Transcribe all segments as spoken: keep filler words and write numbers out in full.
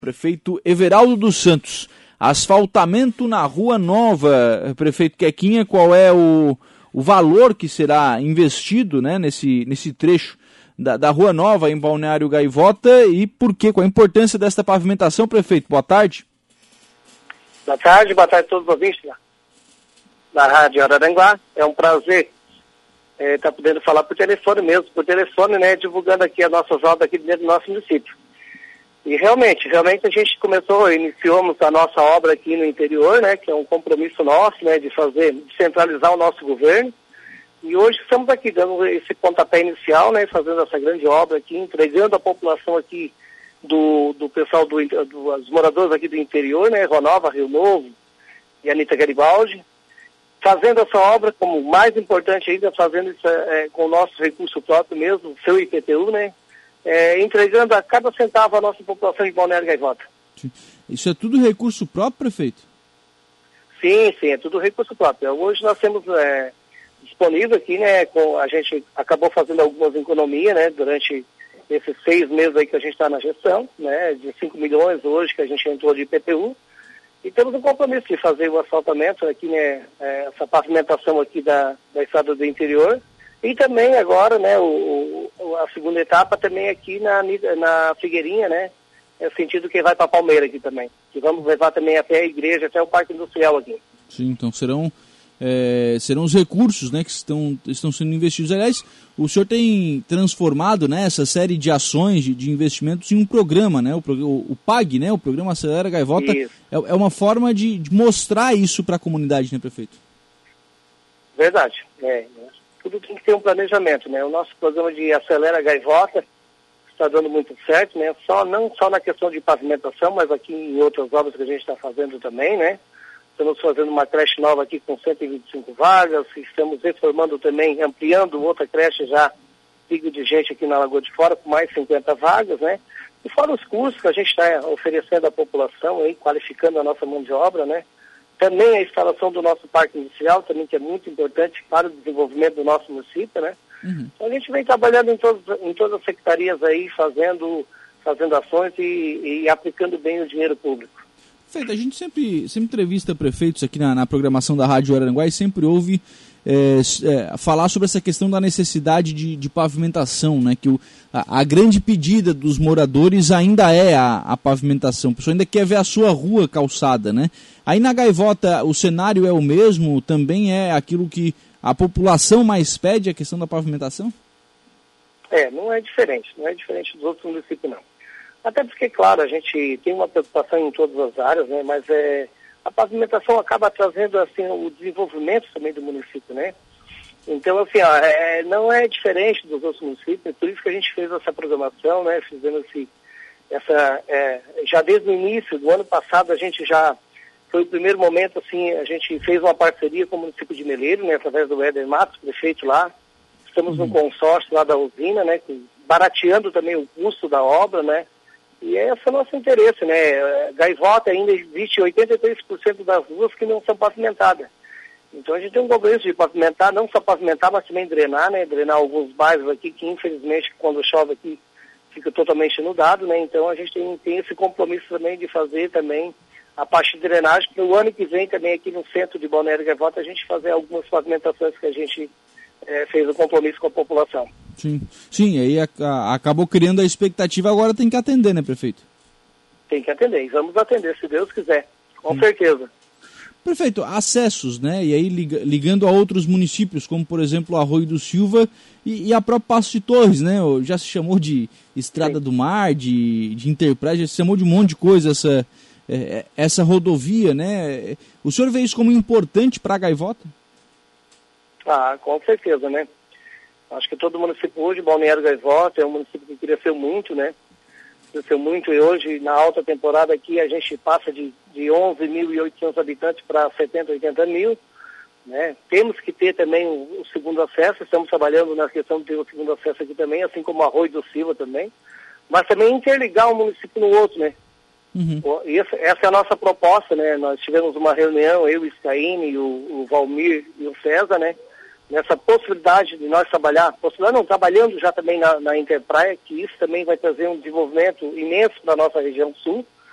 Prefeito Everaldo dos Santos, asfaltamento na Rua Nova. Prefeito Quequinha, qual é o, o valor que será investido, né, nesse, nesse trecho da, da Rua Nova em Balneário Gaivota e por quê? Qual a importância desta pavimentação, prefeito? Boa tarde. Boa tarde, boa tarde a todos os ouvintes da, da Rádio Araranguá. É um prazer estar é, tá podendo falar por telefone mesmo, por telefone, né, divulgando aqui as nossas obras aqui dentro do nosso município. E realmente, realmente a gente começou, iniciamos a nossa obra aqui no interior, né, que é um compromisso nosso, né, de fazer, de centralizar o nosso governo. E hoje estamos aqui dando esse pontapé inicial, né, fazendo essa grande obra aqui, entregando a população aqui do, do pessoal, do, do, dos moradores aqui do interior, né, Rua Nova, Rio Novo e Anita Garibaldi, fazendo essa obra, como mais importante ainda, fazendo isso é, com o nosso recurso próprio mesmo, o seu I P T U, né, É, entregando a cada centavo a nossa população de Balneário Gaivota. Isso é tudo recurso próprio, prefeito? Sim, sim, é tudo recurso próprio. Hoje nós temos é, disponível aqui, né, com, a gente acabou fazendo algumas economias, né, durante esses seis meses aí que a gente está na gestão, né, de cinco milhões hoje que a gente entrou de I P T U, e temos um compromisso de fazer o asfaltamento aqui, né, é, essa pavimentação aqui da, da estrada do interior. E também agora, né, o, o, a segunda etapa também aqui na, na Figueirinha, né, é o sentido que vai para Palmeira aqui também. Que vamos levar também até a igreja, até o Parque Industrial aqui. Sim, então serão, é, serão os recursos, né, que estão, estão sendo investidos. Aliás, o senhor tem transformado, né, essa série de ações, de, de investimentos em um programa, né, o, o, o PAG, né, o Programa Acelera Gaivota, é, é uma forma de, de mostrar isso para a comunidade, né, prefeito? Verdade, é, tudo tem que ter um planejamento, né? O nosso programa de Acelera Gaivota está dando muito certo, né? Só, não só na questão de pavimentação, mas aqui em outras obras que a gente está fazendo também, né? Estamos fazendo uma creche nova aqui com cento e vinte e cinco vagas, estamos reformando também, ampliando outra creche já, pico de gente aqui na Lagoa de Fora, com mais cinquenta vagas, né? E fora os cursos que a gente está oferecendo à população, aí, qualificando a nossa mão de obra, né? Também a instalação do nosso parque industrial, também que é muito importante para o desenvolvimento do nosso município, né? Uhum. Então a gente vem trabalhando em, todos, em todas as secretarias aí, fazendo, fazendo ações e, e aplicando bem o dinheiro público. Perfeito, a gente sempre, sempre entrevista prefeitos aqui na, na programação da Rádio Araranguá e sempre ouve é, é, falar sobre essa questão da necessidade de, de pavimentação, né? Que o, a, a grande pedida dos moradores ainda é a, a pavimentação. O pessoal ainda quer ver a sua rua calçada, né? Aí na Gaivota o cenário é o mesmo? Também é aquilo que a população mais pede, a questão da pavimentação? É, não é diferente, não é diferente dos outros municípios, não. Até porque, claro, a gente tem uma preocupação em todas as áreas, né? Mas é, a pavimentação acaba trazendo assim, o desenvolvimento também do município, né? Então, assim, ó, é, não é diferente dos outros municípios, por isso que a gente fez essa programação, né? Fizemos esse, essa, é, já desde o início do ano passado, a gente já, foi o primeiro momento, assim, a gente fez uma parceria com o município de Meleiro, né? Através do Éder Matos, prefeito lá. Estamos uhum. num consórcio lá da usina, né? Barateando também o custo da obra, né? E esse é o nosso interesse, né? Gaivota ainda existe oitenta e três por cento das ruas que não são pavimentadas. Então a gente tem um compromisso de pavimentar, não só pavimentar, mas também drenar, né? Drenar alguns bairros aqui que infelizmente quando chove aqui fica totalmente inundado, né? Então a gente tem, tem esse compromisso também de fazer também a parte de drenagem, para o ano que vem também aqui no centro de Balneário Gaivota a gente fazer algumas pavimentações que a gente é, fez o compromisso com a população. Sim, sim, aí a, a, acabou criando a expectativa, agora tem que atender, né, prefeito? Tem que atender, e vamos atender, se Deus quiser, com Sim. certeza. Prefeito, acessos, né, e aí liga, ligando a outros municípios, como por exemplo Arroio do Silva e, e a própria Passo de Torres, né, já se chamou de Estrada Sim. do Mar, de, de Enterprise, já se chamou de um monte de coisa essa, é, essa rodovia, né, o senhor vê isso como importante para a Gaivota? Ah, com certeza, né. Acho que todo município hoje, Balneário Gaivota, é um município que cresceu muito, né? Cresceu muito e hoje, na alta temporada aqui, a gente passa de, de onze mil e oitocentos habitantes para setenta, oitenta mil, né? Temos que ter também o, o segundo acesso, estamos trabalhando na questão de ter o segundo acesso aqui também, assim como Arroio do Silva também, mas também interligar um município no outro, né? Uhum. E essa, essa é a nossa proposta, né? Nós tivemos uma reunião, eu, o Scaini, o, o Valmir e o César, né? Nessa possibilidade de nós trabalhar, possibilidade não, trabalhando já também na, na Enterprise, que isso também vai trazer um desenvolvimento imenso para a nossa região sul,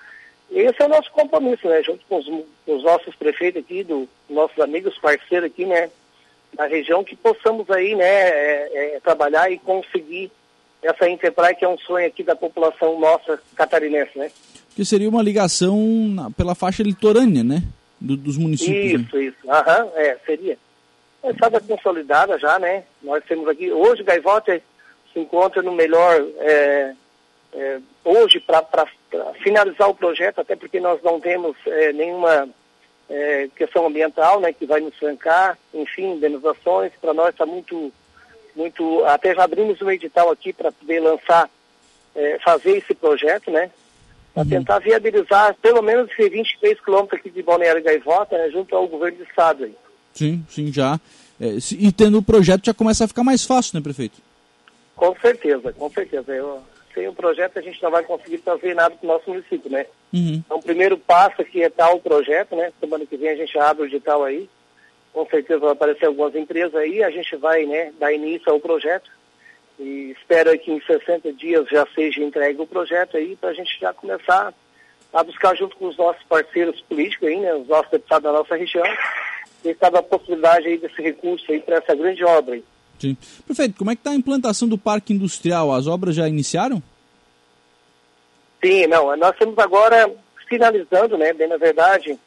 Esse é o nosso compromisso, né? Junto com os, com os nossos prefeitos aqui, do, nossos amigos, parceiros aqui, né? Na região, que possamos aí, né, é, é, trabalhar e conseguir essa Interpraia, que é um sonho aqui da população nossa catarinense, né? Que seria uma ligação na, pela faixa litorânea, né? Do, dos municípios. Isso, né? isso. Aham, é, seria. É estrada consolidada já, né? Nós temos aqui, hoje Gaivota se encontra no melhor, é, é, hoje para finalizar o projeto, até porque nós não temos é, nenhuma é, questão ambiental, né, que vai nos francar, enfim, indenizações, para nós está muito, muito, até já abrimos um edital aqui para poder lançar, é, fazer esse projeto, né, para uhum. tentar viabilizar pelo menos esses vinte e três quilômetros aqui de Balneário Gaivota, né, junto ao governo do estado aí. Sim, sim, já. É, se, e tendo o projeto já começa a ficar mais fácil, né, prefeito? Com certeza, com certeza. Eu, sem o projeto a gente não vai conseguir fazer nada para o nosso município, né? Uhum. Então o primeiro passo aqui é tal o projeto, né? Semana que vem a gente abre o edital aí. Com certeza vai aparecer algumas empresas aí, a gente vai, né, dar início ao projeto. E espero que em sessenta dias já seja entregue o projeto aí, para a gente já começar a buscar junto com os nossos parceiros políticos aí, né? Os nossos deputados da nossa região. Quem sabe a possibilidade aí desse recurso aí para essa grande obra aí. Sim. Prefeito, como é que está a implantação do parque industrial? As obras já iniciaram? Sim, não, nós estamos agora finalizando, né, bem na verdade,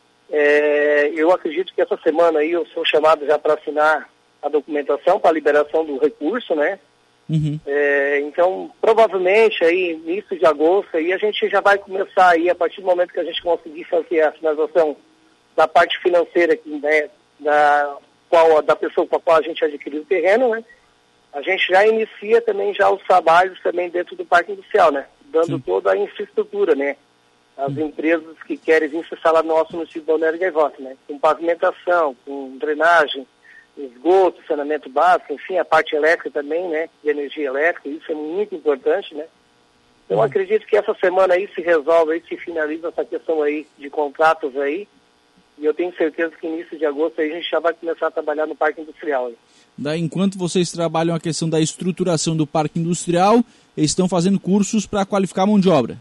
é, eu acredito que essa semana aí eu sou chamado já para assinar a documentação para a liberação do recurso, né, uhum. é, então provavelmente aí, início de agosto, aí a gente já vai começar aí, a partir do momento que a gente conseguir fazer a finalização da parte financeira aqui, né, da... Qual, da pessoa com a qual a gente adquiriu o terreno, né? A gente já inicia também já os trabalhos também dentro do parque industrial, né? Dando Sim. toda a infraestrutura, né? As Sim. empresas que querem vir se instalar no nosso município de Balneário Gaivota, né? Com pavimentação, com drenagem, esgoto, saneamento básico, enfim, a parte elétrica também, né? De energia elétrica, isso é muito importante, né? Eu Sim. acredito que essa semana aí se resolve, aí se finaliza essa questão aí de contratos aí. E eu tenho certeza que início de agosto aí a gente já vai começar a trabalhar no parque industrial. Daí, enquanto vocês trabalham a questão da estruturação do parque industrial, eles estão fazendo cursos para qualificar a mão de obra.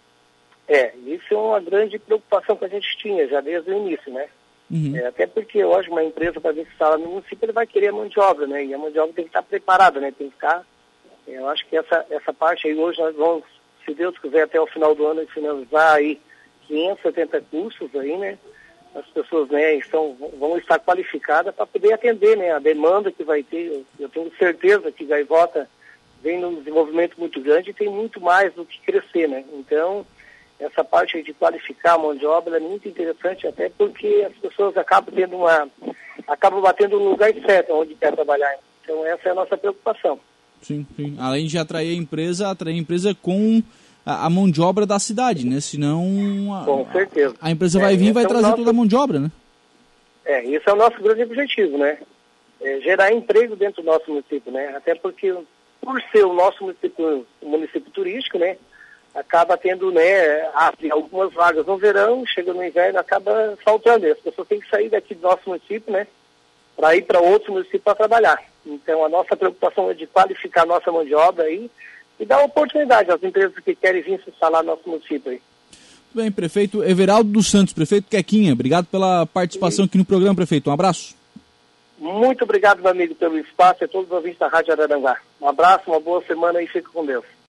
É, isso é uma grande preocupação que a gente tinha já desde o início, né? Uhum. É, até porque hoje uma empresa para vir se instalar no município, ele vai querer a mão de obra, né? E a mão de obra tem que estar preparada, né? Tem que ficar... Eu acho que essa, essa parte aí hoje nós vamos, se Deus quiser, até o final do ano finalizar aí quinhentos e setenta cursos aí, né? As pessoas, né, estão, vão estar qualificadas para poder atender, né, a demanda que vai ter. Eu, eu tenho certeza que Gaivota vem num desenvolvimento muito grande e tem muito mais do que crescer, né? Então, essa parte de qualificar a mão de obra é muito interessante, até porque as pessoas acabam tendo uma, acabam batendo no lugar certo onde quer trabalhar. Então, essa é a nossa preocupação. Sim, sim. Além de atrair a empresa, atrair a empresa com a mão de obra da cidade, né? Senão a, Com certeza. a empresa vai é, vir e vai trazer é nosso... toda a mão de obra, né? É, esse é o nosso grande objetivo, né? É gerar emprego dentro do nosso município, né? Até porque, por ser o nosso município, um município turístico, né? Acaba tendo, né, algumas vagas no verão, chega no inverno, acaba faltando. As pessoas têm que sair daqui do nosso município, né? Para ir para outro município para trabalhar. Então, a nossa preocupação é de qualificar a nossa mão de obra aí, e dar oportunidade às empresas que querem vir se instalar no nosso município aí. Muito bem, prefeito Everaldo dos Santos, prefeito Quequinha, obrigado pela participação aqui no programa, prefeito. Um abraço. Muito obrigado, meu amigo, pelo espaço e a todos os ouvintes da Rádio Araranguá. Um abraço, uma boa semana e fique com Deus.